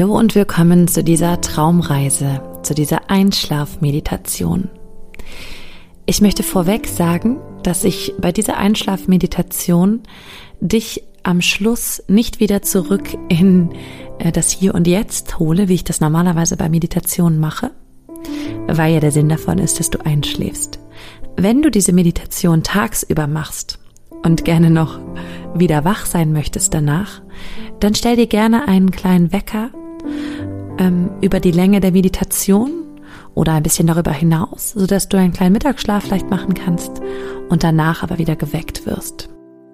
Hallo und willkommen zu dieser Traumreise, zu dieser Einschlafmeditation. Ich möchte vorweg sagen, dass ich bei dieser Einschlafmeditation dich am Schluss nicht wieder zurück in das Hier und Jetzt hole, wie ich das normalerweise bei Meditationen mache, weil ja der Sinn davon ist, dass du einschläfst. Wenn du diese Meditation tagsüber machst und gerne noch wieder wach sein möchtest danach, dann stell dir gerne einen kleinen Wecker über die Länge der Meditation oder ein bisschen darüber hinaus, sodass du einen kleinen Mittagsschlaf vielleicht machen kannst und danach aber wieder geweckt wirst.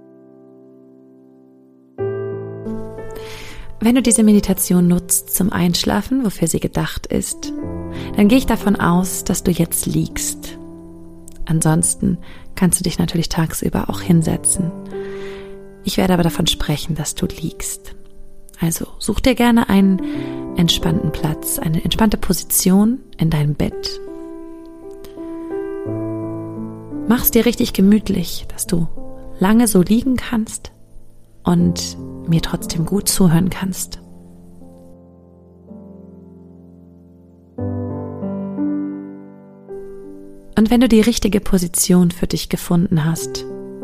Wenn du diese Meditation nutzt zum Einschlafen, wofür sie gedacht ist, dann gehe ich davon aus, dass du jetzt liegst. Ansonsten kannst du dich natürlich tagsüber auch hinsetzen. Ich werde aber davon sprechen, dass du liegst. Also such dir gerne einen entspannten Platz, eine entspannte Position in deinem Bett. Mach's dir richtig gemütlich, dass du lange so liegen kannst und mir trotzdem gut zuhören kannst. Und wenn du die richtige Position für dich gefunden hast,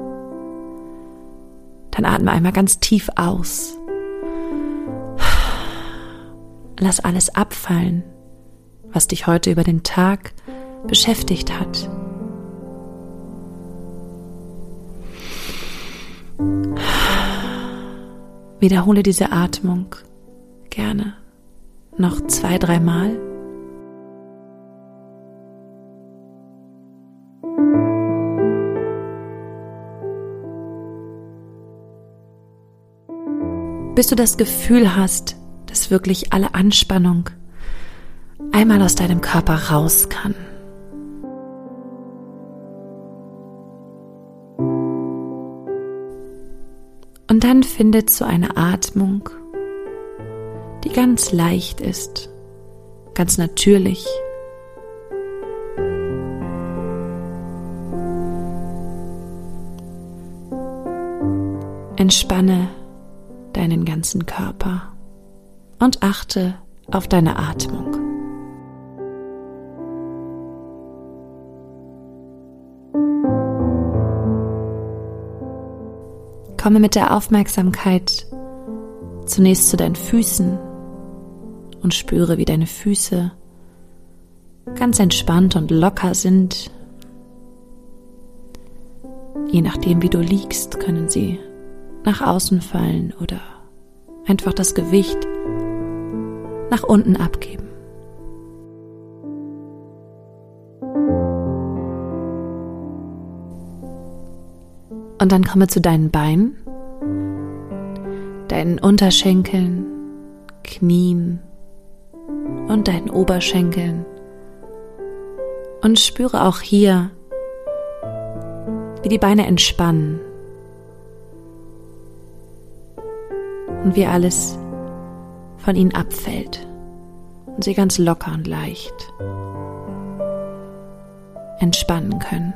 dann atme einmal ganz tief aus. Lass alles abfallen, was dich heute über den Tag beschäftigt hat. Wiederhole diese Atmung gerne noch 2-3 Mal. Bis du das Gefühl hast, dass wirklich alle Anspannung einmal aus deinem Körper raus kann. Und dann finde zu einer Atmung, die ganz leicht ist, ganz natürlich. Entspanne deinen ganzen Körper und achte auf deine Atmung. Komme mit der Aufmerksamkeit zunächst zu deinen Füßen und spüre, wie deine Füße ganz entspannt und locker sind. Je nachdem, wie du liegst, können sie nach außen fallen oder einfach das Gewicht nach unten abgeben. Und dann komme zu deinen Beinen, deinen Unterschenkeln, Knien und deinen Oberschenkeln und spüre auch hier, wie die Beine entspannen und wie alles von ihnen abfällt und sie ganz locker und leicht entspannen können.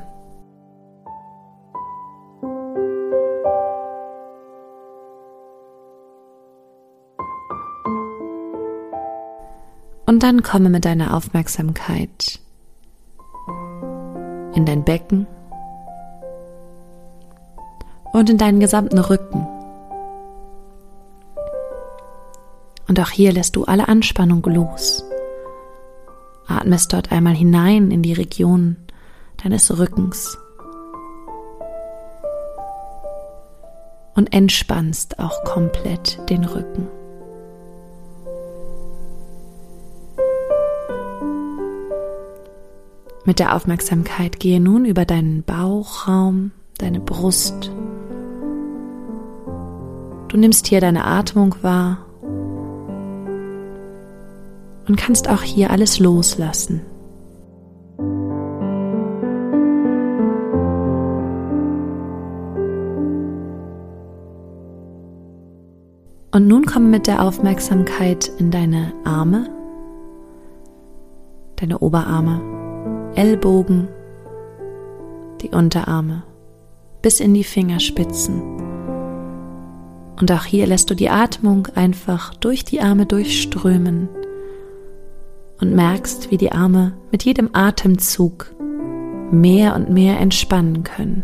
Und dann komme mit deiner Aufmerksamkeit in dein Becken und in deinen gesamten Rücken. Und auch hier lässt du alle Anspannung los. Atmest dort einmal hinein in die Region deines Rückens und entspannst auch komplett den Rücken. Mit der Aufmerksamkeit gehe nun über deinen Bauchraum, deine Brust. Du nimmst hier deine Atmung wahr und kannst auch hier alles loslassen. Und nun komm mit der Aufmerksamkeit in deine Arme, deine Oberarme, Ellbogen, die Unterarme bis in die Fingerspitzen Und auch hier lässt du die Atmung einfach durch die Arme durchströmen und merkst, wie die Arme mit jedem Atemzug mehr und mehr entspannen können.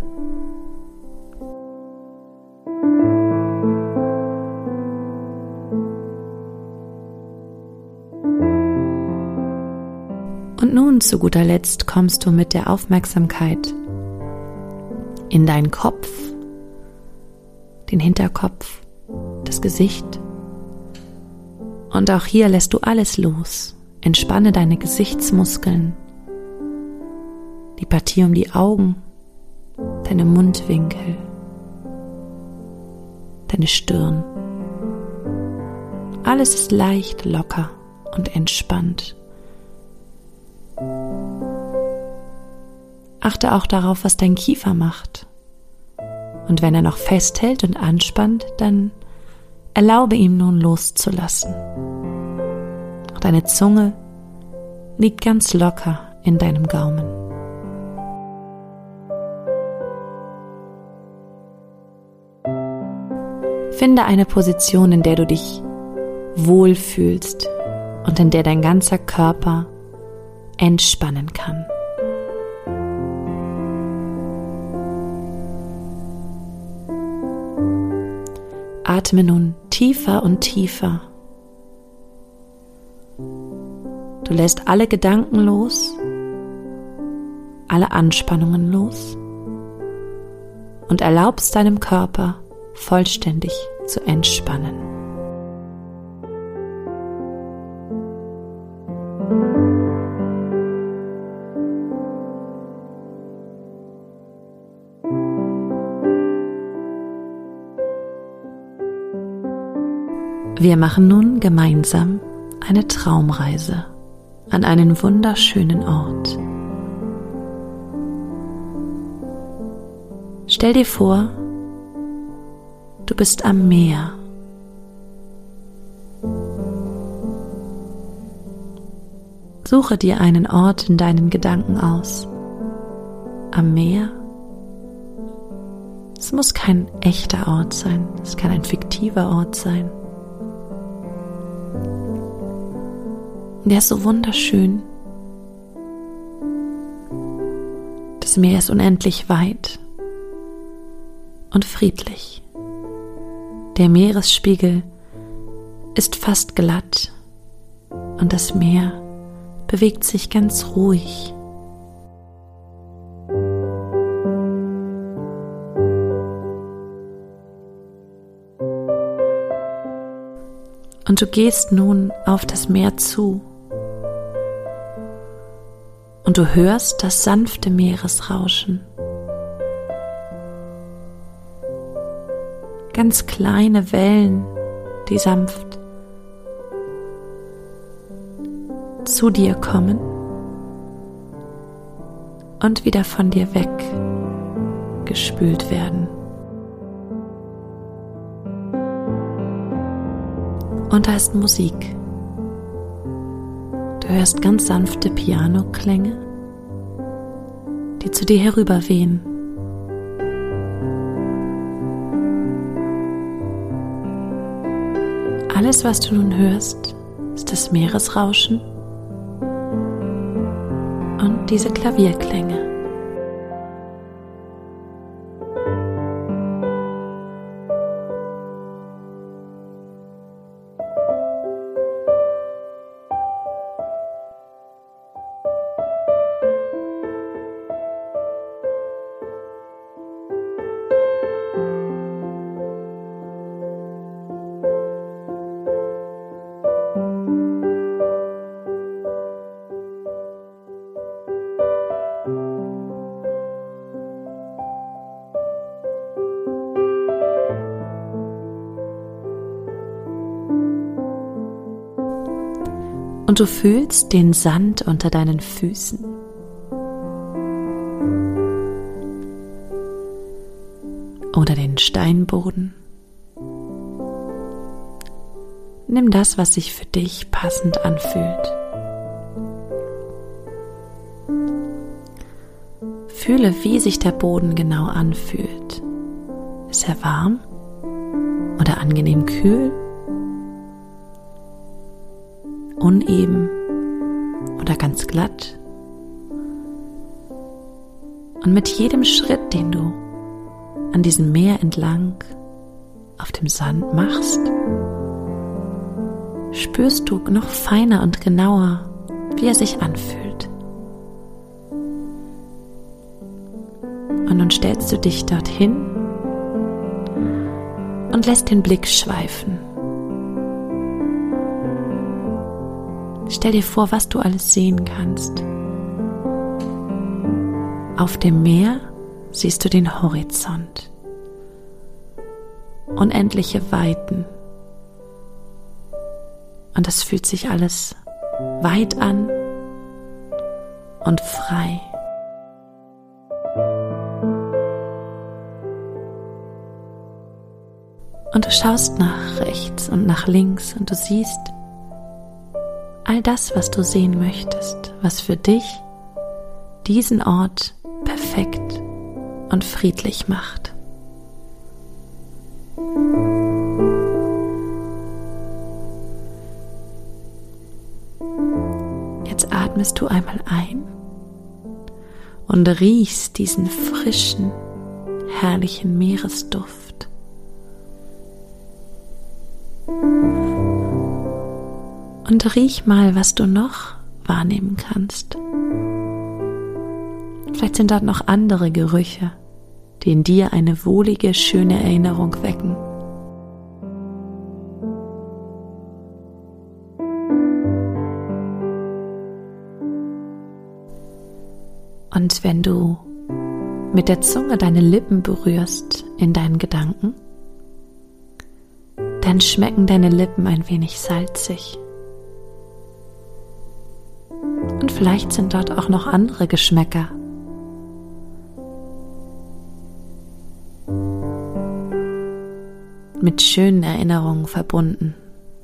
Und nun zu guter Letzt kommst du mit der Aufmerksamkeit in deinen Kopf, den Hinterkopf, das Gesicht. Und auch hier lässt du alles los. Entspanne deine Gesichtsmuskeln, die Partie um die Augen, deine Mundwinkel, deine Stirn. Alles ist leicht, locker und entspannt. Achte auch darauf, was dein Kiefer macht. Und wenn er noch festhält und anspannt, dann erlaube ihm nun loszulassen. Auch deine Zunge liegt ganz locker in deinem Gaumen. Finde eine Position, in der du dich wohlfühlst und in der dein ganzer Körper entspannen kann. Atme nun tiefer und tiefer. Du lässt alle Gedanken los, alle Anspannungen los und erlaubst deinem Körper vollständig zu entspannen. Wir machen nun gemeinsam eine Traumreise an einen wunderschönen Ort. Stell dir vor, du bist am Meer. Suche dir einen Ort in deinen Gedanken aus. Am Meer. Es muss kein echter Ort sein, es kann ein fiktiver Ort sein. Der ist so wunderschön. Das Meer ist unendlich weit und friedlich. Der Meeresspiegel ist fast glatt und das Meer bewegt sich ganz ruhig. Und du gehst nun auf das Meer zu. Und du hörst das sanfte Meeresrauschen. Ganz kleine Wellen, die sanft zu dir kommen und wieder von dir weggespült werden. Und da ist Musik. Du hörst ganz sanfte Pianoklänge, die zu dir herüberwehen. Alles, was du nun hörst, ist das Meeresrauschen und diese Klavierklänge. Und du fühlst den Sand unter deinen Füßen. Oder den Steinboden. Nimm das, was sich für dich passend anfühlt. Fühle, wie sich der Boden genau anfühlt. Ist er warm oder angenehm kühl, uneben oder ganz glatt. Und mit jedem Schritt, den du an diesem Meer entlang auf dem Sand machst, spürst du noch feiner und genauer, wie er sich anfühlt. Und nun stellst du dich dorthin und lässt den Blick schweifen. Stell dir vor, was du alles sehen kannst. Auf dem Meer siehst du den Horizont. Unendliche Weiten. Und es fühlt sich alles weit an und frei. Und du schaust nach rechts und nach links und du siehst all das, was du sehen möchtest, was für dich diesen Ort perfekt und friedlich macht. Jetzt atmest du einmal ein und riechst diesen frischen, herrlichen Meeresduft. Und riech mal, was du noch wahrnehmen kannst. Vielleicht sind dort noch andere Gerüche, die in dir eine wohlige, schöne Erinnerung wecken. Und wenn du mit der Zunge deine Lippen berührst in deinen Gedanken, dann schmecken deine Lippen ein wenig salzig. Und vielleicht sind dort auch noch andere Geschmäcker. Mit schönen Erinnerungen verbunden.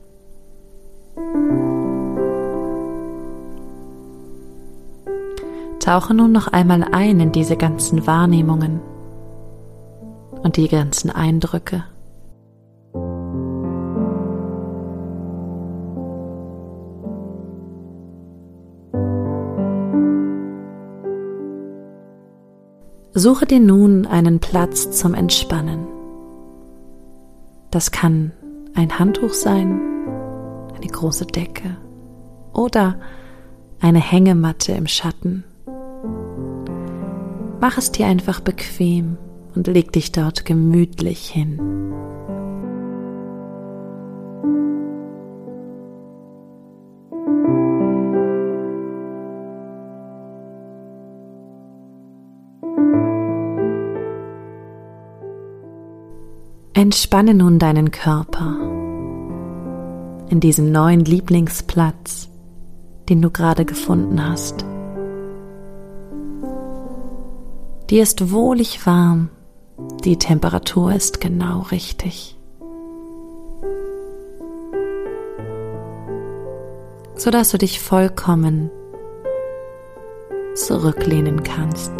Tauche nun noch einmal ein in diese ganzen Wahrnehmungen und die ganzen Eindrücke. Suche dir nun einen Platz zum Entspannen. Das kann ein Handtuch sein, eine große Decke oder eine Hängematte im Schatten. Mach es dir einfach bequem und leg dich dort gemütlich hin. Entspanne nun deinen Körper in diesem neuen Lieblingsplatz, den du gerade gefunden hast. Dir ist wohlig warm, die Temperatur ist genau richtig, sodass du dich vollkommen zurücklehnen kannst.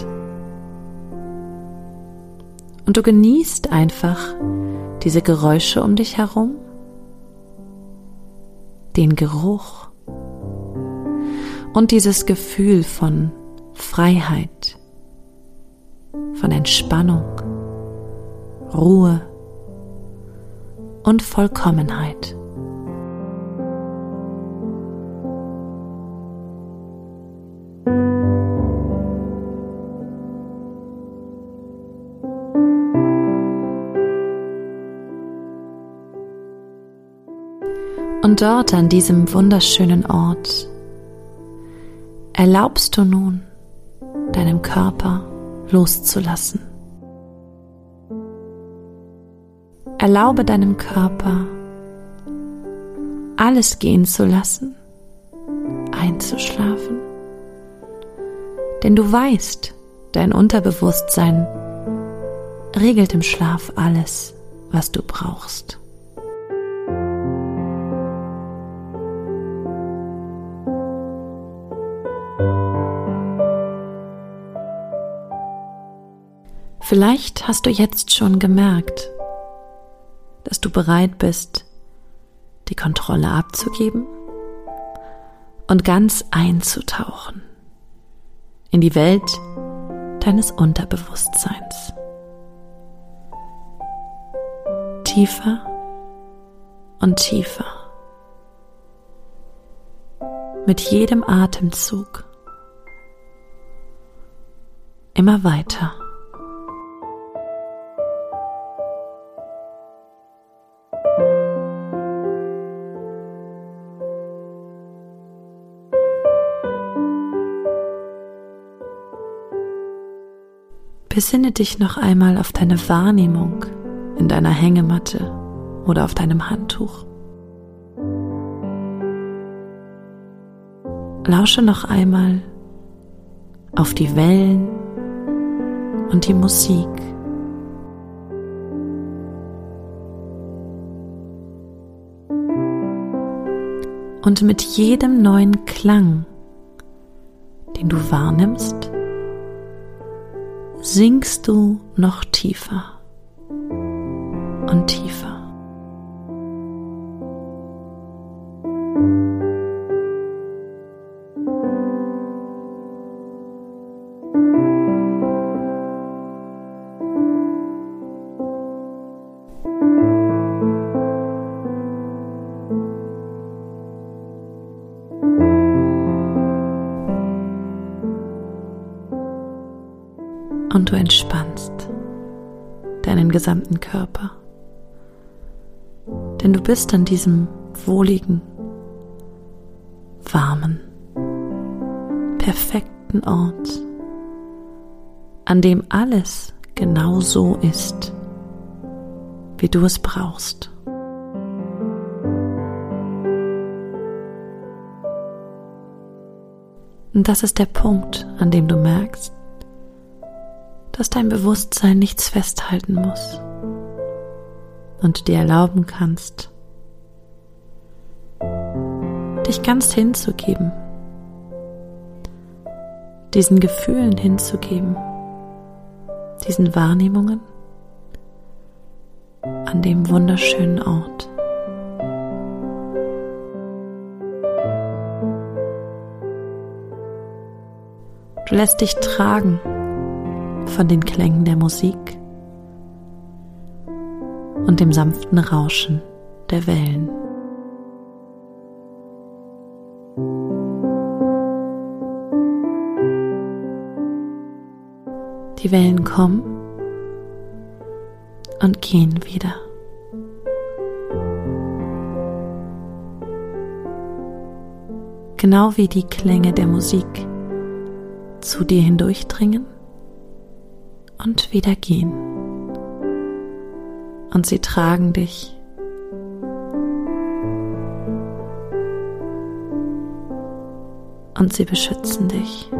Und du genießt einfach diese Geräusche um dich herum, den Geruch und dieses Gefühl von Freiheit, von Entspannung, Ruhe und Vollkommenheit. Und dort an diesem wunderschönen Ort erlaubst du nun deinem Körper loszulassen. Erlaube deinem Körper alles gehen zu lassen, einzuschlafen. Denn du weißt, dein Unterbewusstsein regelt im Schlaf alles, was du brauchst. Vielleicht hast du jetzt schon gemerkt, dass du bereit bist, die Kontrolle abzugeben und ganz einzutauchen in die Welt deines Unterbewusstseins. Tiefer und tiefer. Mit jedem Atemzug immer weiter. Besinne dich noch einmal auf deine Wahrnehmung in deiner Hängematte oder auf deinem Handtuch. Lausche noch einmal auf die Wellen und die Musik. Und mit jedem neuen Klang, den du wahrnimmst, sinkst du noch tiefer und tiefer. Und du entspannst deinen gesamten Körper. Denn du bist an diesem wohligen, warmen, perfekten Ort, an dem alles genau so ist, wie du es brauchst. Und das ist der Punkt, an dem du merkst, dass dein Bewusstsein nichts festhalten muss und dir erlauben kannst, dich ganz hinzugeben, diesen Gefühlen hinzugeben, diesen Wahrnehmungen an dem wunderschönen Ort. Du lässt dich tragen von den Klängen der Musik und dem sanften Rauschen der Wellen. Die Wellen kommen und gehen wieder. Genau wie die Klänge der Musik zu dir hindurchdringen und wieder gehen. Und sie tragen dich und sie beschützen dich.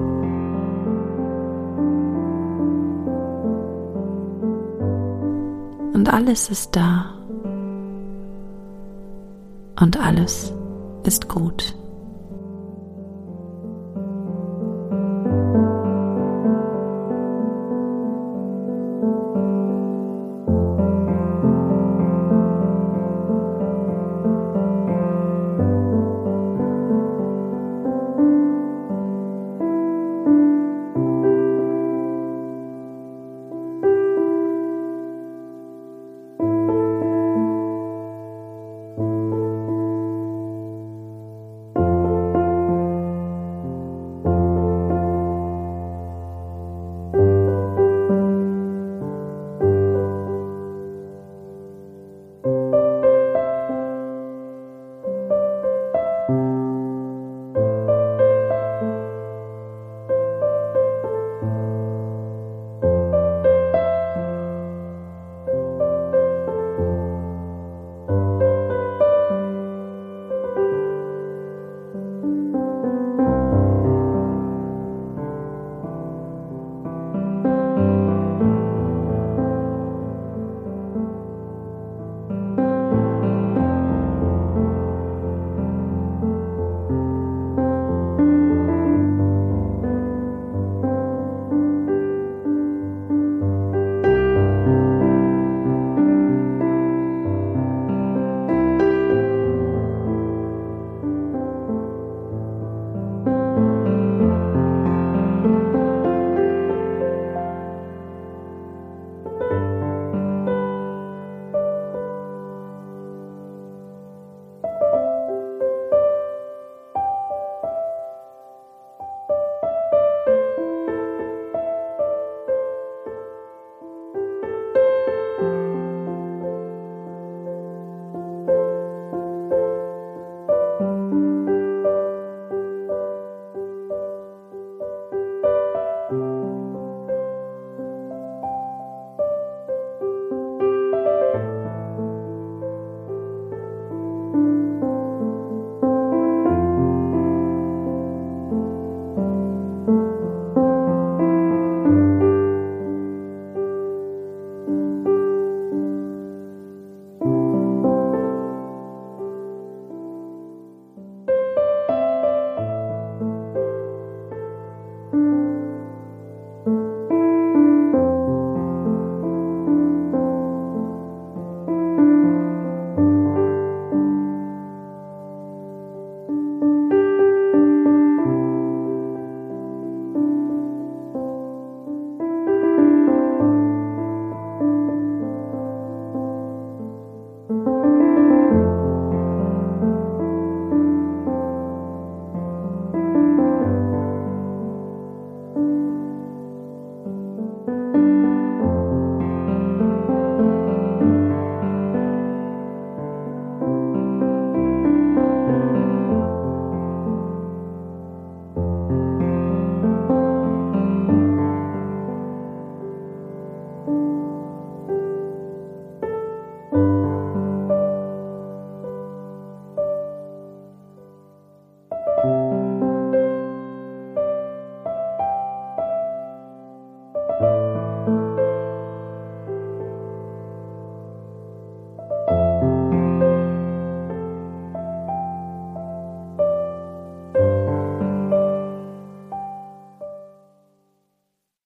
Und alles ist da und alles ist gut.